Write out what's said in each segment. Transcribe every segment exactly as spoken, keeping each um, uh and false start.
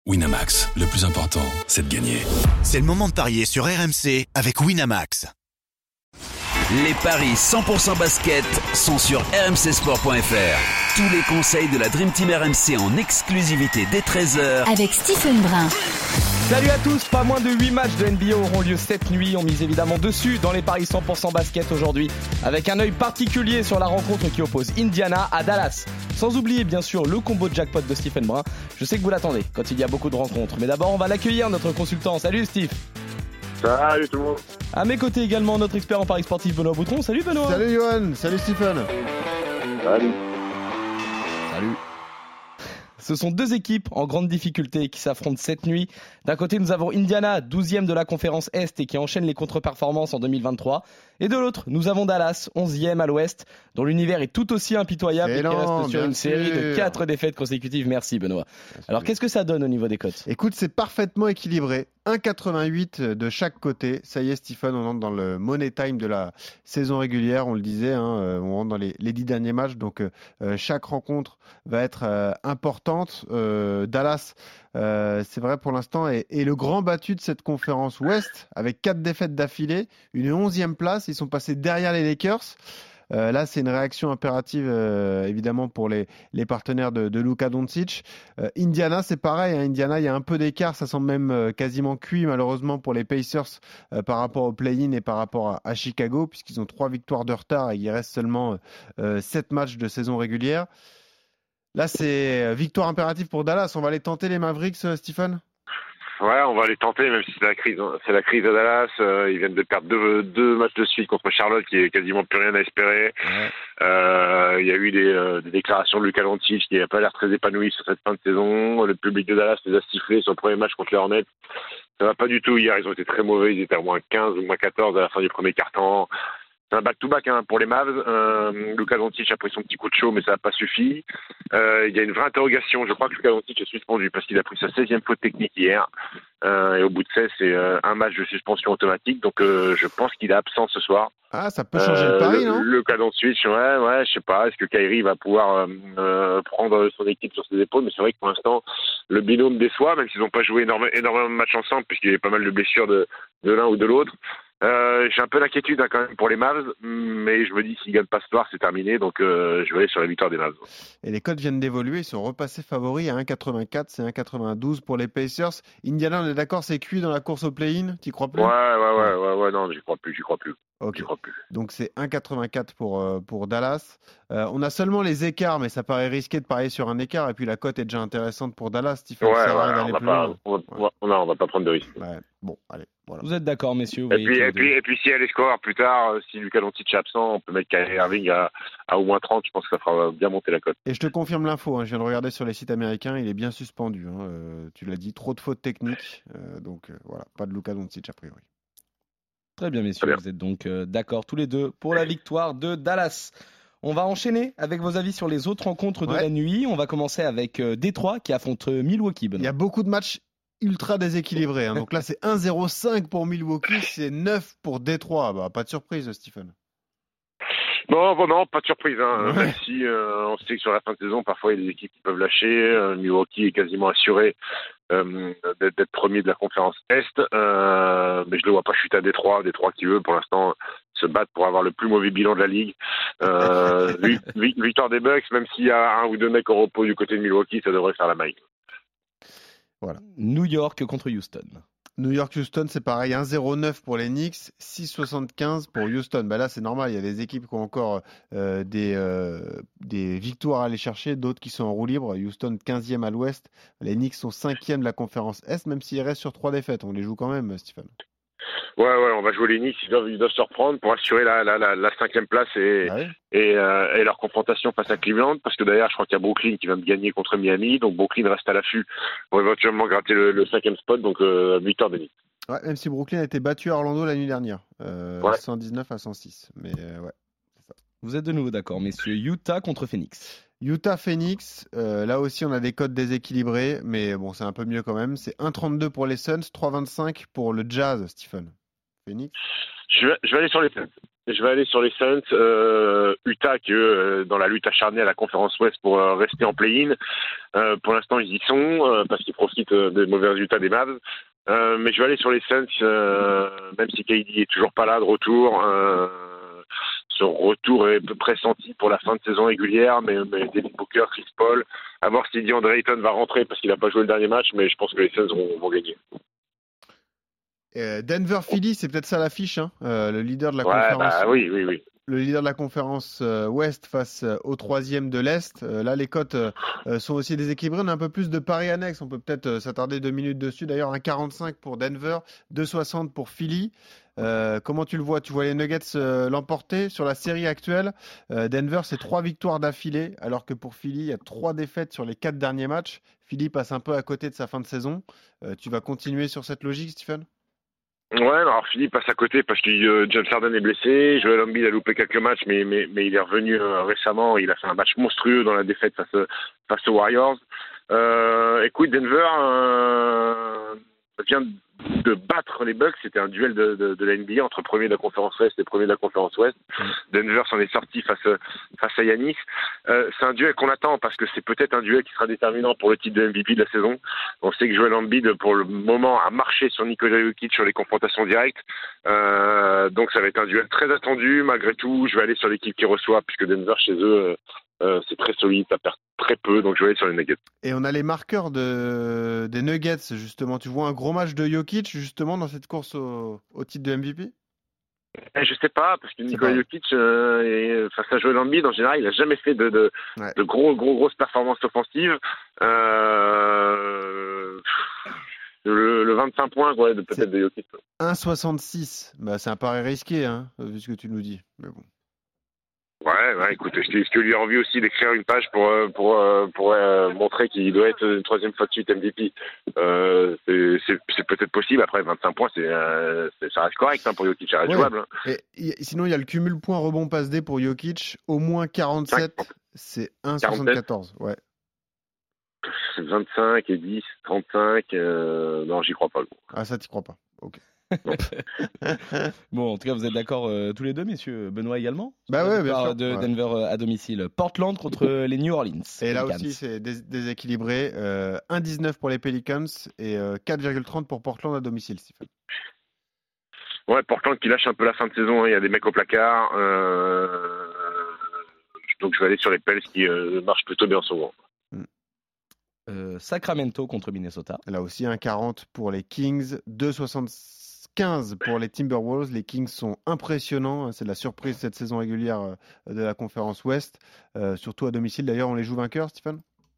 Winamax, le plus important, c'est de gagner. C'est le moment de parier sur R M C avec Winamax. Les paris cent pour cent basket sont sur r m c sport point f r. Tous les conseils de la Dream Team R M C en exclusivité dès treize heures avec Stephen Brun. Salut à tous, pas moins de huit matchs de N B A auront lieu cette nuit. On mise évidemment dessus dans les paris cent pour cent basket aujourd'hui, avec un œil particulier sur la rencontre qui oppose Indiana à Dallas. Sans oublier bien sûr le combo de jackpot de Stephen Brun. Je sais que vous l'attendez quand il y a beaucoup de rencontres. Mais d'abord on va l'accueillir, notre consultant. Salut Steve. Salut tout le monde. À mes côtés également notre expert en paris sportif Benoît Boutron. Salut Benoît. Salut Johan, salut Stephen. Salut. Salut. Ce sont deux équipes en grande difficulté qui s'affrontent cette nuit. D'un côté, nous avons Indiana, douzième de la conférence Est et qui enchaîne les contre-performances en deux mille vingt-trois. Et de l'autre, nous avons Dallas, onzième à l'Ouest, dont l'univers est tout aussi impitoyable et qui reste sur une sûr. série de quatre défaites consécutives. Merci Benoît. Alors qu'est-ce que ça donne au niveau des cotes ? Écoute, c'est parfaitement équilibré. un virgule quatre-vingt-huit de chaque côté. Ça y est Stephen, on entre dans le money time de la saison régulière. On le disait, hein, on rentre dans les, les dix derniers matchs. Donc euh, chaque rencontre va être euh, importante. Euh, Dallas, euh, c'est vrai pour l'instant, est, est le grand battu de cette conférence Ouest avec quatre défaites d'affilée, une onzième place. Ils sont passés derrière les Lakers. Euh, là, c'est une réaction impérative, euh, évidemment, pour les, les partenaires de, de Luka Doncic. Euh, Indiana, c'est pareil. Hein, Indiana, il y a un peu d'écart. Ça semble même euh, quasiment cuit, malheureusement, pour les Pacers euh, par rapport au play-in et par rapport à, à Chicago, puisqu'ils ont trois victoires de retard et il reste seulement euh, sept matchs de saison régulière. Là, c'est victoire impérative pour Dallas. On va aller tenter les Mavericks, Stephen ? Ouais, on va les tenter, même si c'est la crise. C'est la crise de Dallas. Euh, ils viennent de perdre deux, deux matchs de suite contre Charlotte, qui est quasiment plus rien à espérer. Ouais. Euh, il y a eu des, euh, des déclarations de Luka Doncic qui n'a pas l'air très épanoui sur cette fin de saison. Le public de Dallas les a sifflés sur le premier match contre les Hornets. Ça va pas du tout. Hier, ils ont été très mauvais. Ils étaient à moins quinze ou moins quatorze à la fin du premier quart-temps. C'est un back-to-back hein, pour les Mavs. Euh, Luka Doncic a pris son petit coup de chaud, mais ça n'a pas suffi. Euh, il y a une vraie interrogation. Je crois que Luka Doncic est suspendu parce qu'il a pris sa seizième faute technique hier. Euh, et au bout de seize, c'est euh, un match de suspension automatique. Donc euh, je pense qu'il est absent ce soir. Ah, ça peut changer euh, le pari, non ? Luka Doncic, ouais, ouais, je sais pas. Est-ce que Kyrie va pouvoir euh, prendre son équipe sur ses épaules ? Mais c'est vrai que pour l'instant, le binôme déçoit, même s'ils n'ont pas joué énorme, énormément de matchs ensemble, puisqu'il y a pas mal de blessures de, de l'un ou de l'autre. Euh, j'ai un peu d'inquiétude hein, quand même pour les Mavs, mais je me dis s'ils gagnent pas ce soir, c'est terminé, donc euh, je vais aller sur la victoire des Mavs. Et les cotes viennent d'évoluer, ils sont repassés favoris à un virgule quatre-vingt-quatre, c'est un virgule quatre-vingt-douze pour les Pacers. Indiana, on est d'accord, c'est cuit dans la course au play-in, t'y crois plus ? Ouais, ouais, ouais, ouais, ouais, non, j'y crois plus, j'y crois plus. Ok. J'y crois plus. Donc c'est un virgule quatre-vingt-quatre pour, euh, pour Dallas. Euh, on a seulement les écarts, mais ça paraît risqué de parier sur un écart. Et puis la cote est déjà intéressante pour Dallas. Stephen, ouais, ça ouais, on va pas, on va, ouais. on va, on va pas prendre de risques. Ouais. Bon, allez. Voilà. Vous êtes d'accord, messieurs ? Et puis, et, puis, et puis, si elle est score plus tard, si Luka Doncic est absent, on peut mettre Kyrie Irving à, à au moins trente. Je pense que ça fera bien monter la cote. Et je te confirme l'info. Hein, je viens de regarder sur les sites américains. Il est bien suspendu. Hein, euh, tu l'as dit, trop de fautes techniques. Euh, donc euh, voilà, pas de Luka Doncic a priori. Très bien, messieurs. Très bien. Vous êtes donc euh, d'accord tous les deux pour la victoire de Dallas. On va enchaîner avec vos avis sur les autres rencontres de ouais. la nuit. On va commencer avec euh, Détroit qui affronte Milwaukee. Benoît. Il y a beaucoup de matchs ultra déséquilibrés. Hein. Donc là, c'est un virgule zéro cinq pour Milwaukee, c'est neuf pour Détroit. Bah, pas de surprise, Stephen. Non, bon, non, pas de surprise. Hein. Ouais. Même si euh, on sait que sur la fin de saison, parfois, il y a des équipes qui peuvent lâcher. Euh, Milwaukee est quasiment assuré euh, d'être, d'être premier de la conférence Est. Euh, mais je ne le vois pas chuter à Détroit. Détroit qui veut, pour l'instant, se battre pour avoir le plus mauvais bilan de la Ligue. Euh, victoire des Bucks, même s'il y a un ou deux mecs au repos du côté de Milwaukee, ça devrait faire la maille. Voilà. New York contre Houston. New York-Houston, c'est pareil, un virgule zéro neuf pour les Knicks, six virgule soixante-quinze pour Houston. Ben là, c'est normal, il y a des équipes qui ont encore euh, des, euh, des victoires à aller chercher, d'autres qui sont en roue libre. Houston, quinzième à l'Ouest. Les Knicks sont cinquième de la conférence Est, même s'ils restent sur trois défaites. On les joue quand même, Stephen. Ouais, ouais, on va jouer les Knicks, ils doivent, ils doivent se reprendre pour assurer la, la, la, la cinquième place et, ah oui. et, euh, et leur confrontation face à Cleveland, parce que d'ailleurs, je crois qu'il y a Brooklyn qui vient de gagner contre Miami, donc Brooklyn reste à l'affût pour éventuellement gratter le, le cinquième spot, donc euh, victoire des Knicks. Ouais, même si Brooklyn a été battu à Orlando la nuit dernière, euh, ouais. cent dix-neuf à cent six, mais euh, ouais, c'est ça. Vous êtes de nouveau d'accord, messieurs. Utah contre Phoenix. Utah-Phoenix, euh, là aussi on a des cotes déséquilibrés, mais bon, c'est un peu mieux quand même. C'est un virgule trente-deux pour les Suns, trois virgule vingt-cinq pour le Jazz, Stephen. Phoenix. Je vais, je vais aller sur les Suns. Je vais aller sur les Suns. Euh, Utah, qui eux, dans la lutte acharnée à la conférence Ouest pour euh, rester en play-in. Euh, pour l'instant, ils y sont euh, parce qu'ils profitent euh, des mauvais résultats des Mavs. Euh, mais je vais aller sur les Suns, euh, même si K D est toujours pas là de retour. Euh, son retour est pressenti pour la fin de saison régulière, mais, mais Devin Booker, Chris Paul, à voir si DeAndre Ayton va rentrer parce qu'il n'a pas joué le dernier match, mais je pense que les Suns vont, vont gagner. Euh, Denver-Philly, c'est peut-être ça l'affiche, hein, euh, le leader de la ouais, conférence. Bah, oui, oui, oui. Le leader de la conférence euh, Ouest face euh, au troisième de l'Est. Euh, là, les cotes euh, sont aussi déséquilibrées. On a un peu plus de paris annexes. On peut peut-être euh, s'attarder deux minutes dessus. D'ailleurs, un virgule quarante-cinq pour Denver, deux virgule soixante pour Philly. Euh, comment tu le vois? Tu vois les Nuggets euh, l'emporter sur la série actuelle. euh, Denver, c'est trois victoires d'affilée, alors que pour Philly, il y a trois défaites sur les quatre derniers matchs. Philly passe un peu à côté de sa fin de saison. Euh, tu vas continuer sur cette logique, Stephen? Ouais, alors Philippe passe à côté parce que euh, James Harden est blessé, Joel Embiid a loupé quelques matchs, mais mais mais il est revenu euh, récemment. Il a fait un match monstrueux dans la défaite face face aux Warriors. Euh, écoute, Denver euh, vient de battre les Bucks. C'était un duel de, de, de la N B A entre premier de la conférence Ouest et premier de la conférence Ouest. Denver s'en est sorti face face à Giannis. Euh, c'est un duel qu'on attend parce que c'est peut-être un duel qui sera déterminant pour le titre de M V P de la saison. On sait que Joel Embiid, pour le moment, a marché sur Nikola Jokic sur les confrontations directes. Euh, donc ça va être un duel très attendu. Malgré tout, je vais aller sur l'équipe qui reçoit puisque Denver chez eux, euh, c'est très solide, ça perd très peu. Donc je vais aller sur les Nuggets. Et on a les marqueurs de, des Nuggets, justement. Tu vois un gros match de Jokic, justement, dans cette course au, au titre de M V P? Je sais pas, parce que Nikola Jokic, euh, face à Joel Embiid, en général, il n'a jamais fait de, de, ouais. de gros, gros, grosses performances offensives. Euh, le, le vingt-cinq points, ouais, de, peut-être c'est de Jokic. un virgule soixante-six, bah, c'est un pari risqué, hein, vu ce que tu nous dis. Mais bon. Ouais, ouais, écoute, est-ce que, est-ce que lui a envie aussi d'écrire une page pour pour pour, pour euh, montrer qu'il doit être une troisième fois de suite M V P? euh, c'est, c'est, c'est peut-être possible. Après, vingt-cinq points, c'est, euh, c'est ça reste correct hein, pour Jokic, ça reste ouais. jouable. Hein. Et, et, sinon, il y a le cumul point rebond passe D pour Jokic, au moins quarante-sept, cinq, c'est un virgule soixante-quatorze. Ouais. vingt-cinq et dix, trente-cinq, euh, non, j'y crois pas. Ah, ça, t'y crois pas. Ok. Bon, en tout cas, vous êtes d'accord euh, tous les deux, messieurs. Benoît également? Bah ouais, bien sûr. De ouais. Denver euh, à domicile. Portland contre les New Orleans. Et là aussi, c'est dés- déséquilibré. Euh, un virgule dix-neuf pour les Pelicans et euh, quatre virgule trente pour Portland à domicile, Stephen. Ouais, Portland qui lâche un peu la fin de saison. Il y a des mecs au placard. Euh... Donc je vais aller sur les Pels qui euh, marchent plutôt bien en ce moment. Euh, Sacramento contre Minnesota. Là aussi, un virgule quarante pour les Kings, deux virgule soixante-quinze pour les Timberwolves. Les Kings sont impressionnants. C'est de la surprise cette saison régulière de la conférence Ouest. Euh, surtout à domicile. D'ailleurs, on les joue vainqueurs, Stephen?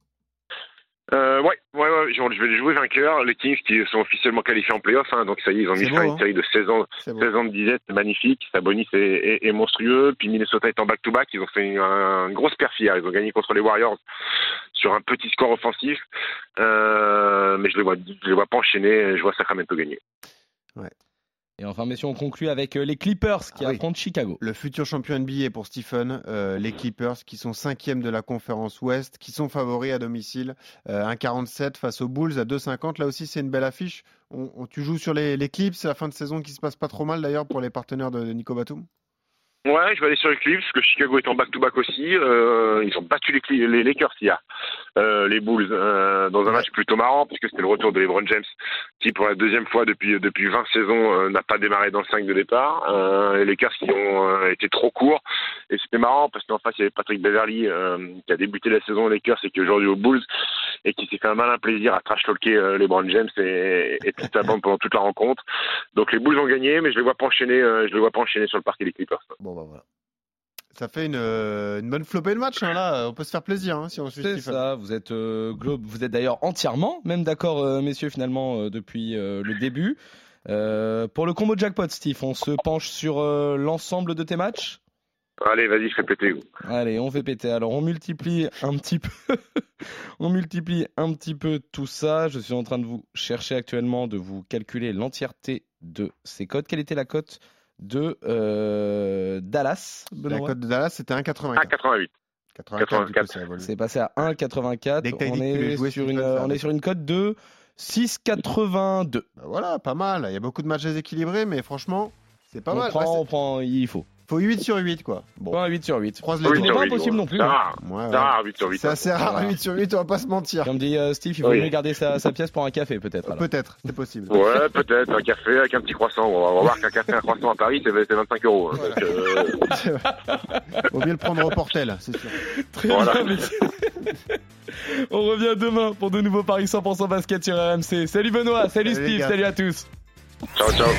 Euh, ouais, ouais, ouais, je vais les jouer vainqueurs. Les Kings qui sont officiellement qualifiés en play-off, hein, donc ça y est, ils ont c'est mis fin à une hein. série de seize ans, seize ans de disette, c'est magnifique. Sabonis est, est, est monstrueux. Puis Minnesota est en back-to-back, ils ont fait une, une grosse perf hier. Ils ont gagné contre les Warriors sur un petit score offensif, euh, mais je les vois, je les vois pas enchaîner. Je vois Sacramento gagner. Ouais. Et enfin, messieurs, on conclut avec les Clippers qui ah affrontent oui. Chicago. Le futur champion N B A pour Stephen, euh, les Clippers qui sont cinquième de la conférence Ouest, qui sont favoris à domicile, euh, un virgule quarante-sept face aux Bulls à deux virgule cinquante. Là aussi, c'est une belle affiche. On, on, tu joues sur les, les Clips, c'est la fin de saison qui se passe pas trop mal d'ailleurs pour les partenaires de, de Nico Batum. Ouais, je vais aller sur les Clips, parce que Chicago est en back-to-back aussi. Euh, ils ont battu les, Cl- les Lakers hier, euh, les Bulls, euh, dans un match plutôt marrant, puisque c'était le retour de LeBron James, qui pour la deuxième fois depuis depuis vingt saisons euh, n'a pas démarré dans le cinq de départ. Euh, les Lakers qui ont euh, été trop courts, et c'était marrant, parce qu'en face, il y avait Patrick Beverley, euh, qui a débuté la saison aux Lakers, et qui est aujourd'hui aux Bulls, et qui s'est fait un malin plaisir à trash-talker euh, LeBron James et, et toute sa bande pendant toute la rencontre. Donc les Bulls ont gagné, mais je les vois pas enchaîner, euh, je les vois pas enchaîner sur le parquet des Clippers. Bon bah voilà. Ça fait une, euh, une bonne flopée de match, hein, là. On peut se faire plaisir hein, si on suit. C'est Stephen. Ça. Vous êtes euh, globe, vous êtes d'ailleurs entièrement, même d'accord, euh, messieurs, finalement, euh, depuis euh, le début. Euh, pour le combo jackpot, Steve, on se penche sur euh, l'ensemble de tes matchs. Allez, vas-y, fais péter. Allez, on fait péter. Alors, on multiplie un petit peu, on multiplie un petit peu tout ça. Je suis en train de vous chercher actuellement, de vous calculer l'entièreté de ces cotes. Quelle était la cote de euh, Dallas, Benoît? La cote de Dallas, c'était un virgule quatre-vingt-quatre. un virgule quatre-vingt-huit. quatre-vingt-quatre. C'est passé à un virgule quatre-vingt-quatre. On est sur une, on est sur une cote de six virgule quatre-vingt-deux. Bah voilà, pas mal. Il y a beaucoup de matchs déséquilibrés, mais franchement, c'est pas on mal. Prend, bah, on prend, il faut. Faut huit sur huit, quoi. Bon, Bon, huit sur huit. croise les huit C'est doigts. sur pas huit, impossible ouais. non plus. C'est hein. rare. Ouais, ouais. C'est rare, huit sur huit. C'est assez rare, huit sur huit, on va pas se mentir. Comme dit euh, Steve, il vaut Oui. mieux garder sa, sa pièce pour un café peut-être. alors. Peut-être, c'est possible. Ouais, peut-être, un café avec un petit croissant. On va voir qu'un café, un croissant à Paris, c'est c'est vingt-cinq euros. hein. Donc, euh, Vaut mieux le prendre au portel, c'est sûr. Très Voilà. bien, mais- On revient demain pour de nouveaux paris cent pour cent basket sur R M C. Salut Benoît, salut, Salut les Steve, gars. salut à tous. ciao, ciao.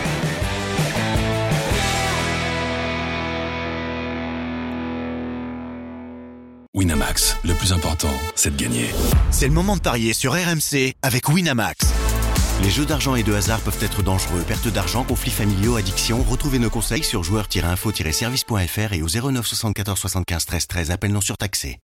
Winamax, le plus important, c'est de gagner. C'est le moment de parier sur R M C avec Winamax. Les jeux d'argent et de hasard peuvent être dangereux. Perte d'argent, conflits familiaux, addiction. Retrouvez nos conseils sur joueurs tiret info tiret service point f r et au zéro neuf soixante-quatorze soixante-quinze treize treize. Appel non surtaxé.